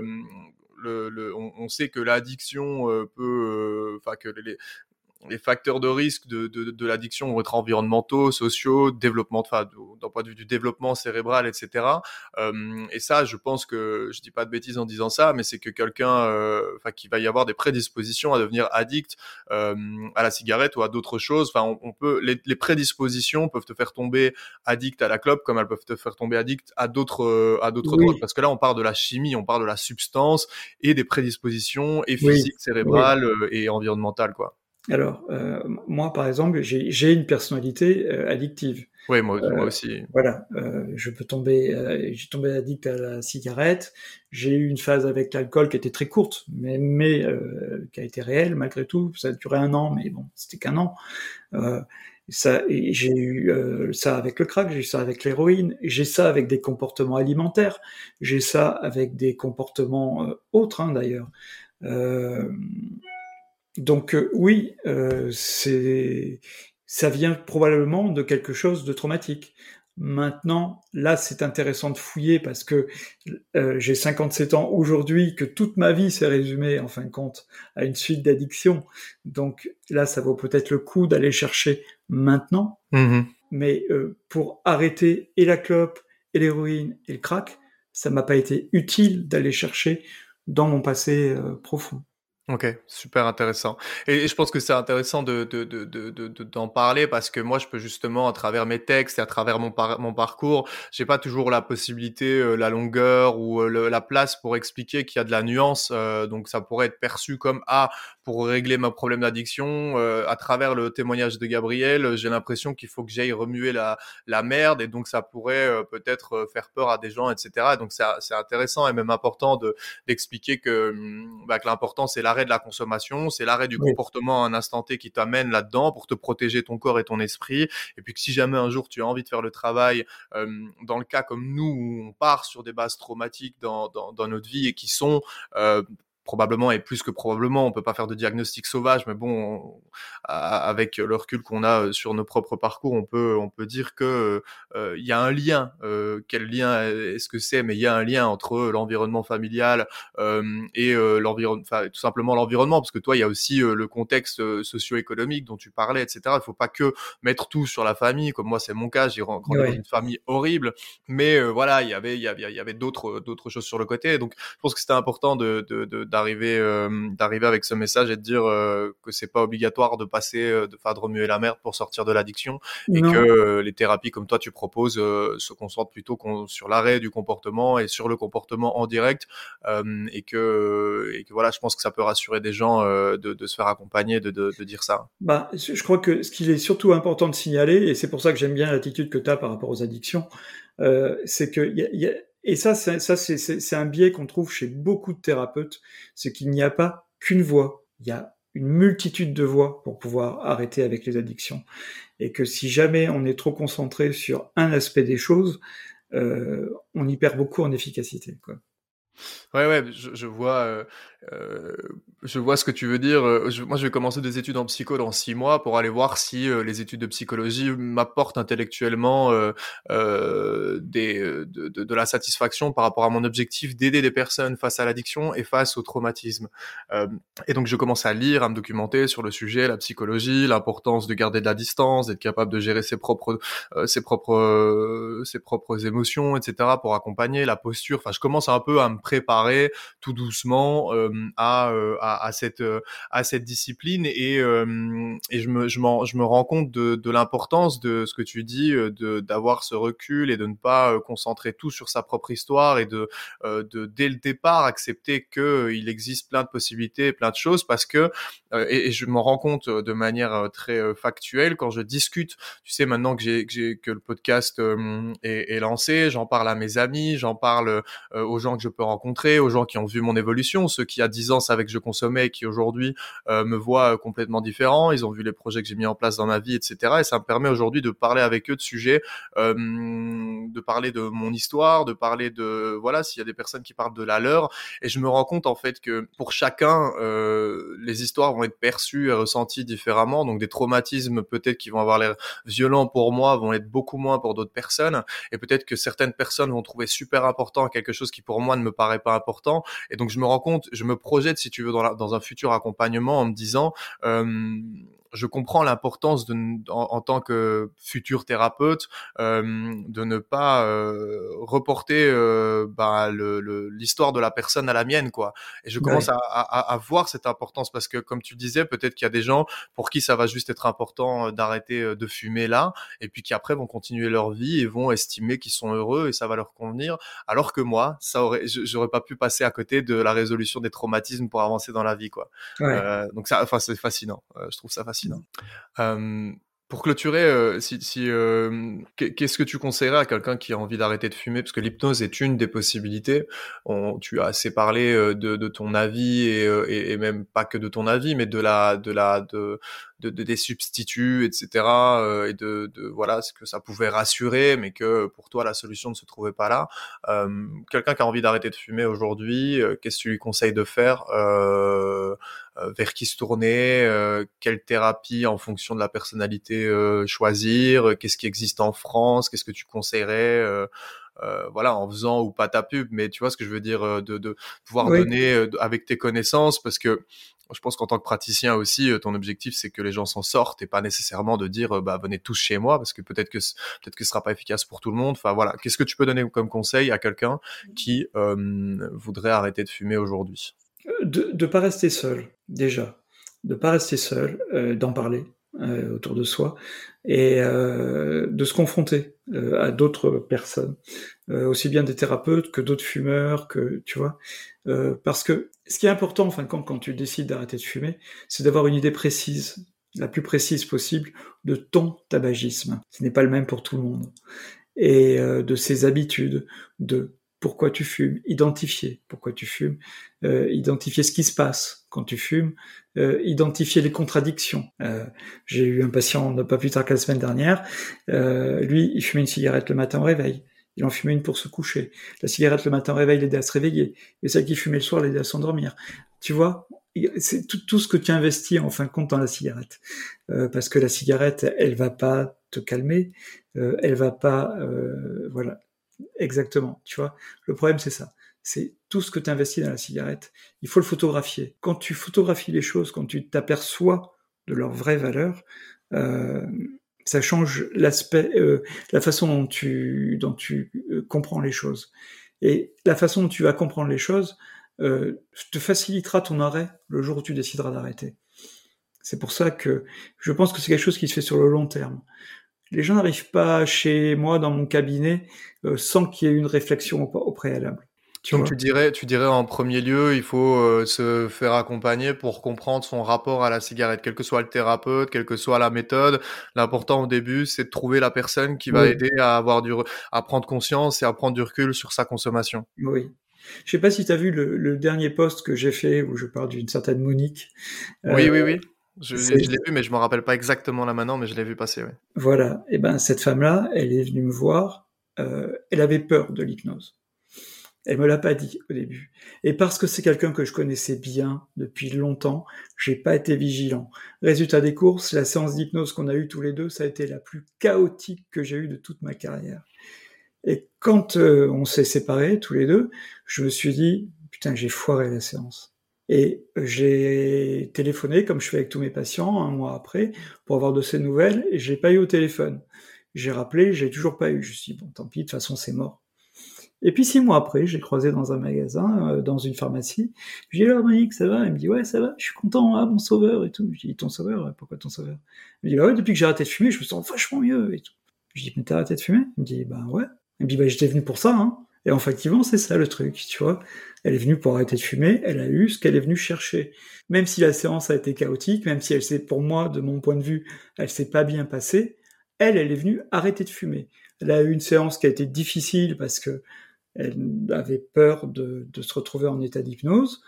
on sait que l'addiction peut, enfin que les facteurs de risque de l'addiction vont être environnementaux, sociaux, développement, d'un point de vue du développement cérébral, etc. Et ça, je pense que je dis pas de bêtises en disant ça, mais c'est que quelqu'un, qu'il va y avoir des prédispositions à devenir addict à la cigarette ou à d'autres choses. Enfin, on peut les prédispositions peuvent te faire tomber addict à la clope, comme elles peuvent te faire tomber addict à d'autres drogues. Parce que là, on parle de la chimie, on parle de la substance et des prédispositions et physiques, cérébrales et environnementales, quoi. Alors, moi, par exemple, j'ai une personnalité addictive. Oui, moi aussi. Voilà, j'ai tombé addict à la cigarette. J'ai eu une phase avec l'alcool qui était très courte, mais qui a été réelle malgré tout. Ça a duré 1 an, mais bon, c'était qu'1 an. J'ai eu ça avec le crack, j'ai eu ça avec l'héroïne, j'ai ça avec des comportements alimentaires, j'ai ça avec des comportements autres, d'ailleurs. Donc oui, ça vient probablement de quelque chose de traumatique. Maintenant, là, c'est intéressant de fouiller parce que j'ai 57 ans aujourd'hui, que toute ma vie s'est résumée, en fin de compte, à une suite d'addictions. Donc là, ça vaut peut-être le coup d'aller chercher maintenant. Mais pour arrêter et la clope, et l'héroïne, et le crack, ça m'a pas été utile d'aller chercher dans mon passé profond. Ok, super intéressant. Et je pense que c'est intéressant d'en parler parce que moi, je peux justement, à travers mes textes et à travers mon parcours, j'ai pas toujours la possibilité, la longueur ou la place pour expliquer qu'il y a de la nuance. Donc, ça pourrait être perçu comme pour régler mon problème d'addiction. À travers le témoignage de Gabriel, j'ai l'impression qu'il faut que j'aille remuer la merde et donc ça pourrait peut-être faire peur à des gens, etc. Donc, c'est intéressant et même important d'expliquer que l'important c'est l'arrêt de la consommation, c'est l'arrêt du comportement à un instant T qui t'amène là-dedans pour te protéger ton corps et ton esprit. Et puis que si jamais un jour tu as envie de faire le travail, dans le cas comme nous où on part sur des bases traumatiques dans notre vie et qui sont probablement, et plus que probablement, on peut pas faire de diagnostic sauvage, mais bon, avec le recul qu'on a sur nos propres parcours, on peut dire que il y a un lien. Quel lien est-ce que c'est? Mais il y a un lien entre l'environnement familial et l'environnement, enfin tout simplement l'environnement, parce que toi, il y a aussi le contexte socio-économique dont tu parlais, etc. Il faut pas que mettre tout sur la famille, comme moi c'est mon cas, j'ai grandi dans une famille horrible, mais voilà, il y avait d'autres choses sur le côté. Donc je pense que c'était important d'arriver avec ce message et de dire que c'est pas obligatoire de passer de faire de remuer la merde pour sortir de l'addiction, et que les thérapies comme toi tu proposes se concentrent plutôt sur l'arrêt du comportement et sur le comportement en direct, et que voilà, je pense que ça peut rassurer des gens de se faire accompagner, de dire ça. Bah, je crois que ce qu'il est surtout important de signaler, et c'est pour ça que j'aime bien l'attitude que tu as par rapport aux addictions, c'est que et ça c'est un biais qu'on trouve chez beaucoup de thérapeutes, c'est qu'il n'y a pas qu'une voie, il y a une multitude de voies pour pouvoir arrêter avec les addictions, et que si jamais on est trop concentré sur un aspect des choses, on y perd beaucoup en efficacité, quoi. Ouais, je vois ce que tu veux dire. Moi, je vais commencer des études en psycho dans 6 mois pour aller voir si les études de psychologie m'apportent intellectuellement de la satisfaction par rapport à mon objectif d'aider des personnes face à l'addiction et face au traumatisme. Et donc, je commence à lire, à me documenter sur le sujet, la psychologie, l'importance de garder de la distance, d'être capable de gérer ses propres émotions, etc., pour accompagner la posture. Enfin, je commence un peu à me préparer tout doucement à cette discipline, et je me rends compte de l'importance de ce que tu dis, d'avoir ce recul et de ne pas concentrer tout sur sa propre histoire, et de dès le départ accepter que il existe plein de possibilités, plein de choses, parce que et je m'en rends compte de manière très factuelle quand je discute. Tu sais, maintenant que que le podcast est lancé, j'en parle à mes amis, j'en parle aux gens que je peux rencontrer, aux gens qui ont vu mon évolution, ceux qui à 10 ans savaient que je consommais et qui aujourd'hui me voient complètement différent, ils ont vu les projets que j'ai mis en place dans ma vie, etc. Et ça me permet aujourd'hui de parler avec eux de sujets, de parler de mon histoire, de parler de, voilà, s'il y a des personnes qui parlent de la leur, et je me rends compte en fait que pour chacun, les histoires vont être perçues et ressenties différemment, donc des traumatismes peut-être qui vont avoir l'air violents pour moi vont être beaucoup moins pour d'autres personnes, et peut-être que certaines personnes vont trouver super important quelque chose qui pour moi ne me paraît pas important. Et donc je me rends compte, je me projette, si tu veux, dans un futur accompagnement, en me disant je comprends l'importance en tant que futur thérapeute de ne pas reporter l'histoire de la personne à la mienne, quoi. Et je commence à voir cette importance, parce que comme tu disais, peut-être qu'il y a des gens pour qui ça va juste être important d'arrêter de fumer là, et puis qui après vont continuer leur vie et vont estimer qu'ils sont heureux et ça va leur convenir, alors que moi, j'aurais pas pu passer à côté de la résolution des traumatismes pour avancer dans la vie, quoi. Donc ça, enfin, c'est fascinant. Je trouve ça fascinant. Pour clôturer, qu'est-ce que tu conseillerais à quelqu'un qui a envie d'arrêter de fumer? Parce que l'hypnose est une des possibilités. Tu as assez parlé de ton avis, et même pas que de ton avis, mais des substituts, etc. Et voilà, ce que ça pouvait rassurer, mais que pour toi la solution ne se trouvait pas là. Quelqu'un qui a envie d'arrêter de fumer aujourd'hui, qu'est-ce que tu lui conseilles de faire? Vers qui se tourner, quelle thérapie en fonction de la personnalité choisir, qu'est-ce qui existe en France, qu'est-ce que tu conseillerais, voilà, en faisant ou pas ta pub, mais tu vois ce que je veux dire, de pouvoir donner avec tes connaissances, parce que je pense qu'en tant que praticien aussi, ton objectif c'est que les gens s'en sortent, et pas nécessairement de dire venez tous chez moi, parce que peut-être que ce sera pas efficace pour tout le monde. Enfin voilà, qu'est-ce que tu peux donner comme conseil à quelqu'un qui voudrait arrêter de fumer aujourd'hui? De pas rester seul, déjà. De pas rester seul, d'en parler autour de soi, et de se confronter à d'autres personnes, aussi bien des thérapeutes que d'autres fumeurs, que tu vois, parce que ce qui est important en fin de compte quand tu décides d'arrêter de fumer, c'est d'avoir une idée précise, la plus précise possible, de ton tabagisme. Ce n'est pas le même pour tout le monde, et de ses habitudes, de pourquoi tu fumes, identifier pourquoi tu fumes, identifier ce qui se passe quand tu fumes, identifier les contradictions. J'ai eu un patient pas plus tard que la semaine dernière, lui, il fumait une cigarette le matin au réveil, Il en fumait une pour se coucher. La cigarette le matin au réveil l'aidait à se réveiller. Et celle qu'il fumait le soir l'aidait à s'endormir. Tu vois, c'est tout ce que tu investis en fin de compte dans la cigarette. Parce que la cigarette, elle va pas te calmer, elle va pas... voilà, exactement, tu vois. Le problème, c'est ça. C'est tout ce que tu investis dans la cigarette. Il faut le photographier. Quand tu photographies les choses, quand tu t'aperçois de leur vraie valeur, ça change l'aspect, la façon dont tu comprends les choses. Et la façon dont tu vas comprendre les choses te facilitera ton arrêt le jour où tu décideras d'arrêter. C'est pour ça que je pense que c'est quelque chose qui se fait sur le long terme. Les gens n'arrivent pas chez moi dans mon cabinet sans qu'il y ait une réflexion au préalable. Donc tu dirais en premier lieu, il faut se faire accompagner pour comprendre son rapport à la cigarette, quel que soit le thérapeute, quelle que soit la méthode. L'important au début, c'est de trouver la personne qui va aider à à prendre conscience et à prendre du recul sur sa consommation. Oui. Je sais pas si tu as vu le dernier post que j'ai fait où je parle d'une certaine Monique. Oui. Je l'ai vu, mais je me rappelle pas exactement là maintenant, mais je l'ai vu passer, oui. Voilà. Et ben cette femme-là, elle est venue me voir. Elle avait peur de l'hypnose. Elle me l'a pas dit au début. Et parce que c'est quelqu'un que je connaissais bien depuis longtemps, j'ai pas été vigilant. Résultat des courses, la séance d'hypnose qu'on a eue tous les deux, ça a été la plus chaotique que j'ai eue de toute ma carrière. Et quand on s'est séparés tous les deux, je me suis dit, putain, j'ai foiré la séance. Et j'ai téléphoné, comme je fais avec tous mes patients, un mois après, pour avoir de ses nouvelles, et je l'ai pas eu au téléphone. J'ai rappelé, j'ai toujours pas eu. Je me suis dit, bon, tant pis, de toute façon, c'est mort. Et puis 6 mois après, j'ai croisé dans un magasin, dans une pharmacie. Je dis, alors Monique, ça va? Elle me dit, ouais, ça va, je suis content, ah, mon sauveur, et tout. Je dis, ton sauveur? Pourquoi ton sauveur? Elle me dit, bah ouais, depuis que j'ai arrêté de fumer, je me sens vachement mieux, et tout. Je dis, mais t'as arrêté de fumer? Elle me dit, bah ouais. Elle me dit, bah j'étais venu pour ça, hein. Et effectivement, c'est ça le truc, tu vois. Elle est venue pour arrêter de fumer, elle a eu ce qu'elle est venue chercher. Même si la séance a été chaotique, même si elle s'est, pour moi, de mon point de vue, elle s'est pas bien passée, elle est venue arrêter de fumer. Elle a eu une séance qui a été difficile parce que elle avait peur de se retrouver en état d'hypnose,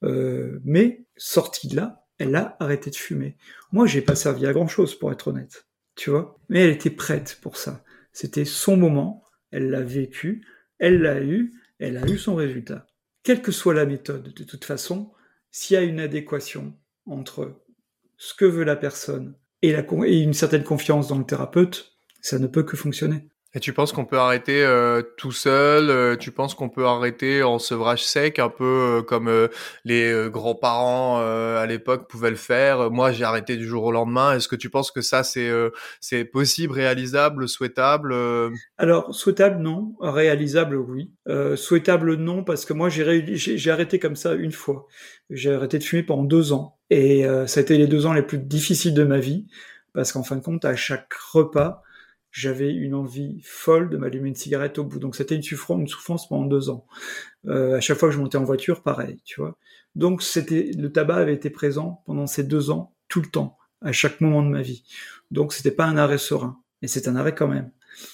mais sortie de là, elle a arrêté de fumer. Moi, j'ai pas servi à grand chose, pour être honnête, tu vois. Mais elle était prête pour ça. C'était son moment, elle l'a vécu, elle l'a eu, elle a eu son résultat. Quelle que soit la méthode, de toute façon, s'il y a une adéquation entre ce que veut la personne et une certaine confiance dans le thérapeute, ça ne peut que fonctionner. Et tu penses qu'on peut arrêter tout seul? Tu penses qu'on peut arrêter en sevrage sec, un peu comme les grands-parents à l'époque pouvaient le faire? Moi, j'ai arrêté du jour au lendemain. Est-ce que tu penses que ça, c'est possible, réalisable, souhaitable? Alors, souhaitable, non. Réalisable, oui. Souhaitable, non, parce que moi, j'ai arrêté comme ça une fois. J'ai arrêté de fumer pendant 2 ans. Et ça a été les 2 ans les plus difficiles de ma vie, parce qu'en fin de compte, à chaque repas, j'avais une envie folle de m'allumer une cigarette au bout. Donc c'était une souffrance pendant 2 ans. À chaque fois que je montais en voiture, pareil, tu vois. Donc le tabac avait été présent pendant ces 2 ans, tout le temps, à chaque moment de ma vie. Donc c'était pas un arrêt serein, mais c'est un arrêt quand même.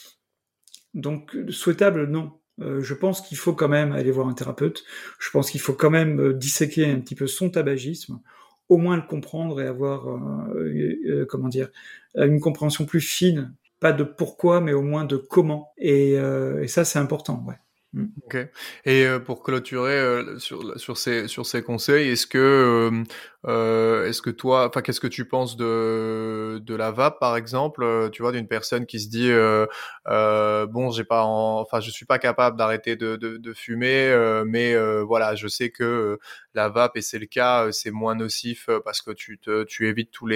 Donc souhaitable, non. Je pense qu'il faut quand même aller voir un thérapeute. Je pense qu'il faut quand même disséquer un petit peu son tabagisme, au moins le comprendre et avoir, comment dire, une compréhension plus fine, pas de pourquoi, mais au moins de comment. Et ça, c'est important, ouais. Ok. Et pour clôturer sur ces conseils, est-ce que toi, enfin, qu'est-ce que tu penses de la vape par exemple, tu vois, d'une personne qui se dit bon, enfin, je suis pas capable d'arrêter de fumer, mais voilà, je sais que la vape, et c'est le cas, c'est moins nocif parce que tu évites toutes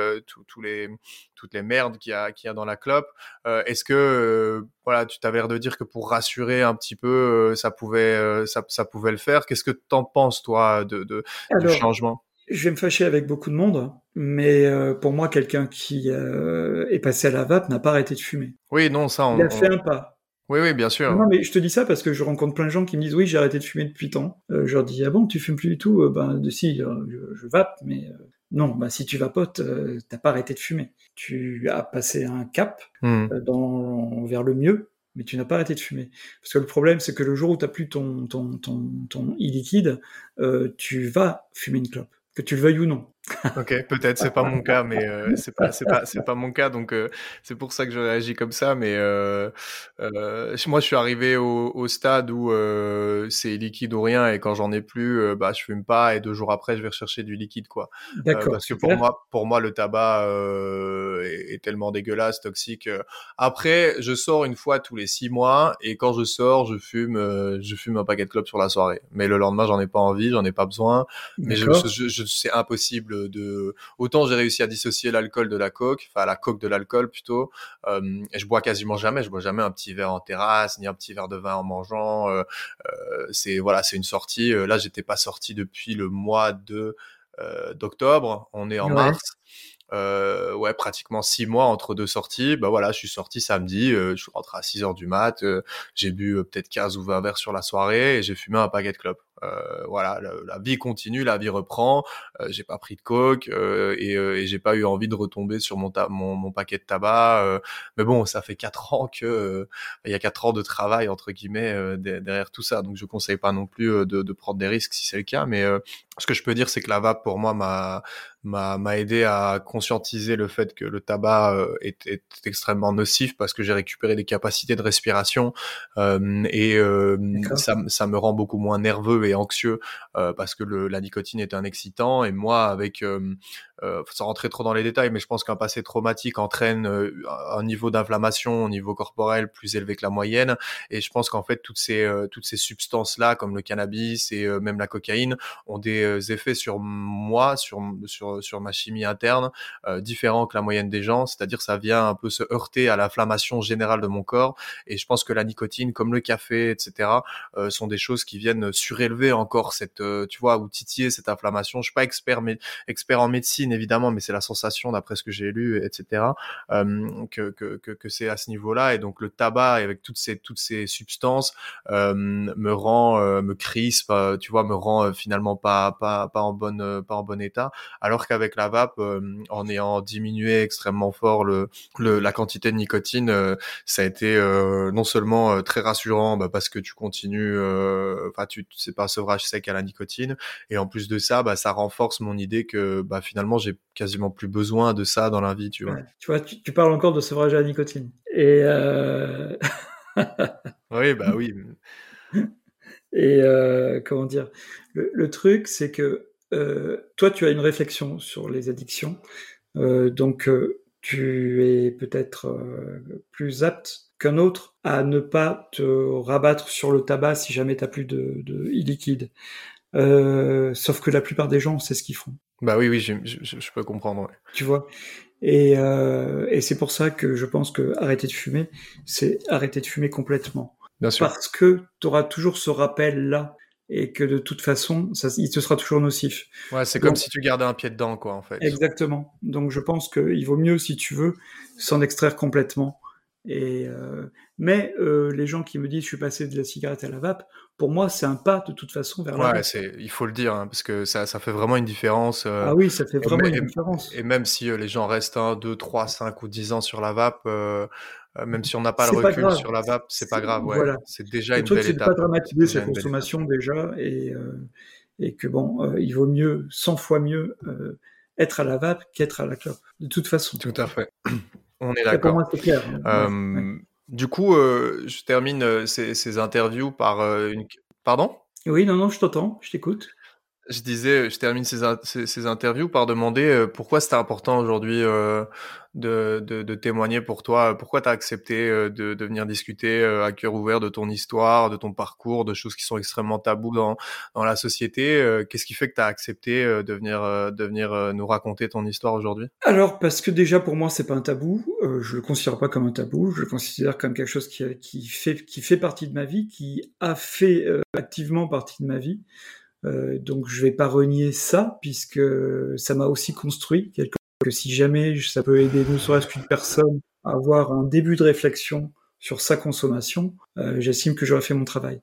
les merdes qu'il y a dans la clope. Est-ce que voilà, tu t'avais l'air de dire que pour rassurer un petit peu, ça pouvait le faire. Qu'est-ce que t'en penses toi du Alors, changement? je vais me fâcher avec beaucoup de monde, mais pour moi, quelqu'un qui est passé à la vape n'a pas arrêté de fumer. Oui, non, ça, Il a fait un pas. oui, bien sûr. Non, mais je te dis ça parce que je rencontre plein de gens qui me disent oui, j'ai arrêté de fumer depuis tant. Je leur dis ah bon, tu fumes plus du tout? Si, je vape, mais non, bah si tu vapotes, t'as pas arrêté de fumer. Tu as passé un cap vers le mieux, mais tu n'as pas arrêté de fumer. Parce que le problème, c'est que le jour où t'as plus ton e-liquide, tu vas fumer une clope, que tu le veuilles ou non. Ok, peut-être c'est pas mon cas, mais c'est pas mon cas, donc c'est pour ça que je réagis comme ça. Mais moi, je suis arrivé au stade où c'est liquide ou rien, et quand j'en ai plus, bah je fume pas, et 2 jours après, je vais rechercher du liquide, quoi. D'accord, Parce que pour super. moi, pour moi, le tabac est tellement dégueulasse, toxique. Après, je sors une fois tous les 6 mois, et quand je sors, je fume un paquet de clopes sur la soirée. Mais le lendemain, j'en ai pas envie, j'en ai pas besoin. Mais D'accord. c'est impossible de. Autant j'ai réussi à dissocier l'alcool de la coke, enfin la coke de l'alcool plutôt. Et je bois quasiment jamais. Je bois jamais un petit verre en terrasse, ni un petit verre de vin en mangeant. C'est une sortie. Là, j'étais pas sorti depuis le mois d'octobre. On est en Ouais. mars. Ouais, pratiquement 6 mois entre deux sorties. Bah voilà, je suis sorti samedi, je suis rentré à 6 heures du mat, j'ai bu peut-être 15 ou 20 verres sur la soirée, et j'ai fumé un paquet de clopes. Voilà, la vie continue, la vie reprend. J'ai pas pris de coke, et j'ai pas eu envie de retomber sur mon paquet de tabac. Mais bon, ça fait 4 ans que il y a 4 ans de travail entre guillemets derrière tout ça, donc je conseille pas non plus de prendre des risques si c'est le cas. Mais ce que je peux dire, c'est que la vape pour moi m'a aidé à conscientiser le fait que le tabac est extrêmement nocif, parce que j'ai récupéré des capacités de respiration, et D'accord. ça me rend beaucoup moins nerveux et anxieux, parce que la nicotine est un excitant, et moi avec sans rentrer trop dans les détails, mais je pense qu'un passé traumatique entraîne un niveau d'inflammation au niveau corporel plus élevé que la moyenne, et je pense qu'en fait toutes ces substances là comme le cannabis et même la cocaïne ont des effets sur moi, sur ma chimie interne, différents que la moyenne des gens. C'est-à-dire ça vient un peu se heurter à l'inflammation générale de mon corps, et je pense que la nicotine, comme le café, etc., sont des choses qui viennent surélever encore cette, tu vois, ou titiller cette inflammation. Je suis pas expert en médecine évidemment, mais c'est la sensation d'après ce que j'ai lu, etc., que c'est à ce niveau-là. Et donc le tabac, avec toutes ces substances, me crispe, tu vois, me rend finalement pas en bon état, alors qu'avec la vape, en ayant diminué extrêmement fort la quantité de nicotine, ça a été non seulement très rassurant, bah, parce que tu continues, enfin c'est pas un sevrage sec à la nicotine, et en plus de ça, bah ça renforce mon idée que bah finalement j'ai quasiment plus besoin de ça dans la vie, tu vois. Ouais. Tu vois, tu parles encore de sevrage à la nicotine. Et, Oui, bah oui. comment dire, le truc, c'est que toi, tu as une réflexion sur les addictions, donc tu es peut-être plus apte qu'un autre à ne pas te rabattre sur le tabac si jamais tu n'as plus de e-liquide. Sauf que la plupart des gens, c'est ce qu'ils font, Bah oui, oui, je peux comprendre, ouais. tu vois. Et c'est pour ça que je pense que arrêter de fumer, c'est arrêter de fumer complètement. Bien sûr. Parce que tu auras toujours ce rappel-là, et que de toute façon, il te sera toujours nocif. Ouais, c'est comme Donc, si tu gardais un pied dedans, quoi, en fait. exactement. Donc, je pense qu'il vaut mieux, si tu veux, s'en extraire complètement. Et mais les gens qui me disent je suis passé de la cigarette à la vape, pour moi, c'est un pas de toute façon vers la Ouais, vape. il faut le dire, hein, parce que ça fait vraiment une différence. Ah oui, ça fait Et, vraiment une différence. et même si les gens restent 1, 2, 3, 5 ou 10 ans sur la vape, même si on n'a pas le C'est pas recul grave. sur la vape, c'est pas grave, ouais. Voilà. C'est déjà Le une truc, belle c'est de pas étape. C'est dramatiser sa déjà une belle étape. consommation déjà, et que bon, il vaut mieux, 100 fois mieux, être à la vape qu'être à la clope. De toute façon. Tout à fait. On est Ça, pour d'accord. moi, c'est clair, hein. Ouais, ouais. Du coup, je termine ces interviews par une. Pardon? Oui, non, non, je t'entends, je t'écoute. Je disais, je termine ces interviews par demander pourquoi c'était important aujourd'hui de témoigner pour toi. Pourquoi tu as accepté de venir discuter à cœur ouvert de ton histoire, de ton parcours, de choses qui sont extrêmement tabous dans la société. Qu'est-ce qui fait que tu as accepté de venir nous raconter ton histoire aujourd'hui? Alors, parce que déjà, pour moi, c'est pas un tabou. Je le considère pas comme un tabou. Je le considère comme quelque chose qui fait partie de ma vie, qui a fait activement partie de ma vie. Donc, je vais pas renier ça, puisque ça m'a aussi construit. Que si jamais ça peut aider ne serait-ce qu'une personne à avoir un début de réflexion sur sa consommation, j'estime que j'aurais fait mon travail.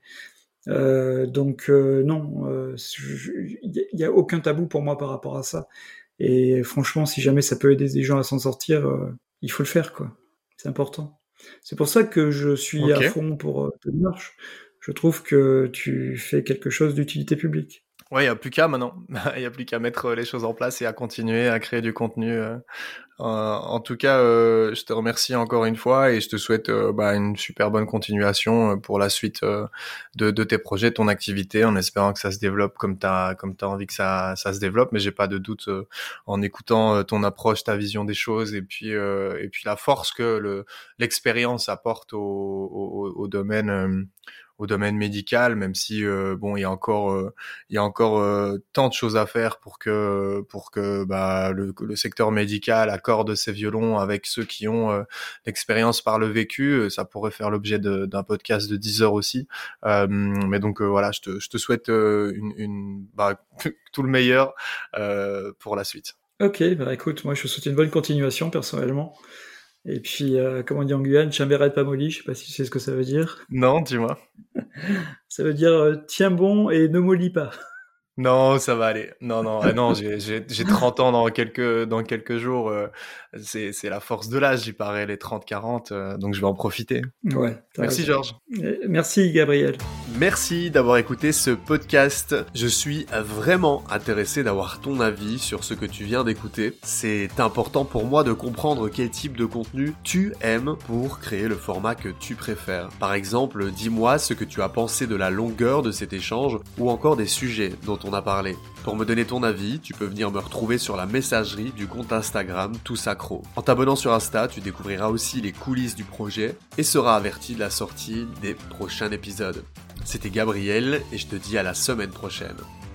Donc non, il y a aucun tabou pour moi par rapport à ça. Et franchement, si jamais ça peut aider des gens à s'en sortir, il faut le faire, quoi. C'est important. C'est pour ça que je suis Ok. à fond pour ta démarche. Je trouve que tu fais quelque chose d'utilité publique. Ouais, il n'y a plus qu'à maintenant. Il n'y a plus qu'à mettre les choses en place et à continuer à créer du contenu. En tout cas, je te remercie encore une fois et je te souhaite une super bonne continuation pour la suite de tes projets, ton activité, en espérant que ça se développe comme t'as envie que ça se développe. Mais j'ai pas de doute en écoutant ton approche, ta vision des choses et puis la force que l'expérience apporte au domaine. Au domaine médical, même si il y a encore tant de choses à faire pour que le secteur médical accorde ses violons avec ceux qui ont l'expérience par le vécu. Ça pourrait faire l'objet d'un podcast de 10 heures aussi. Mais donc voilà, je te souhaite tout le meilleur pour la suite. Ok, écoute, moi je te souhaite une bonne continuation personnellement. Et puis, comme on dit en Guyane, Chambéret pas molly, je sais pas si tu sais ce que ça veut dire. Non, dis-moi. Ça veut dire tiens bon et ne mollis pas. Non, ça va aller. Non, j'ai 30 ans dans quelques jours. C'est la force de l'âge, j'y parais, les 30-40, donc je vais en profiter. Ouais. Merci Georges. Merci Gabriel. Merci d'avoir écouté ce podcast. Je suis vraiment intéressé d'avoir ton avis sur ce que tu viens d'écouter. C'est important pour moi de comprendre quel type de contenu tu aimes pour créer le format que tu préfères. Par exemple, dis-moi ce que tu as pensé de la longueur de cet échange ou encore des sujets dont on a parlé. Pour me donner ton avis, tu peux venir me retrouver sur la messagerie du compte Instagram Toussacro. En t'abonnant sur Insta, tu découvriras aussi les coulisses du projet et seras averti de la sortie des prochains épisodes. C'était Gabriel et je te dis à la semaine prochaine.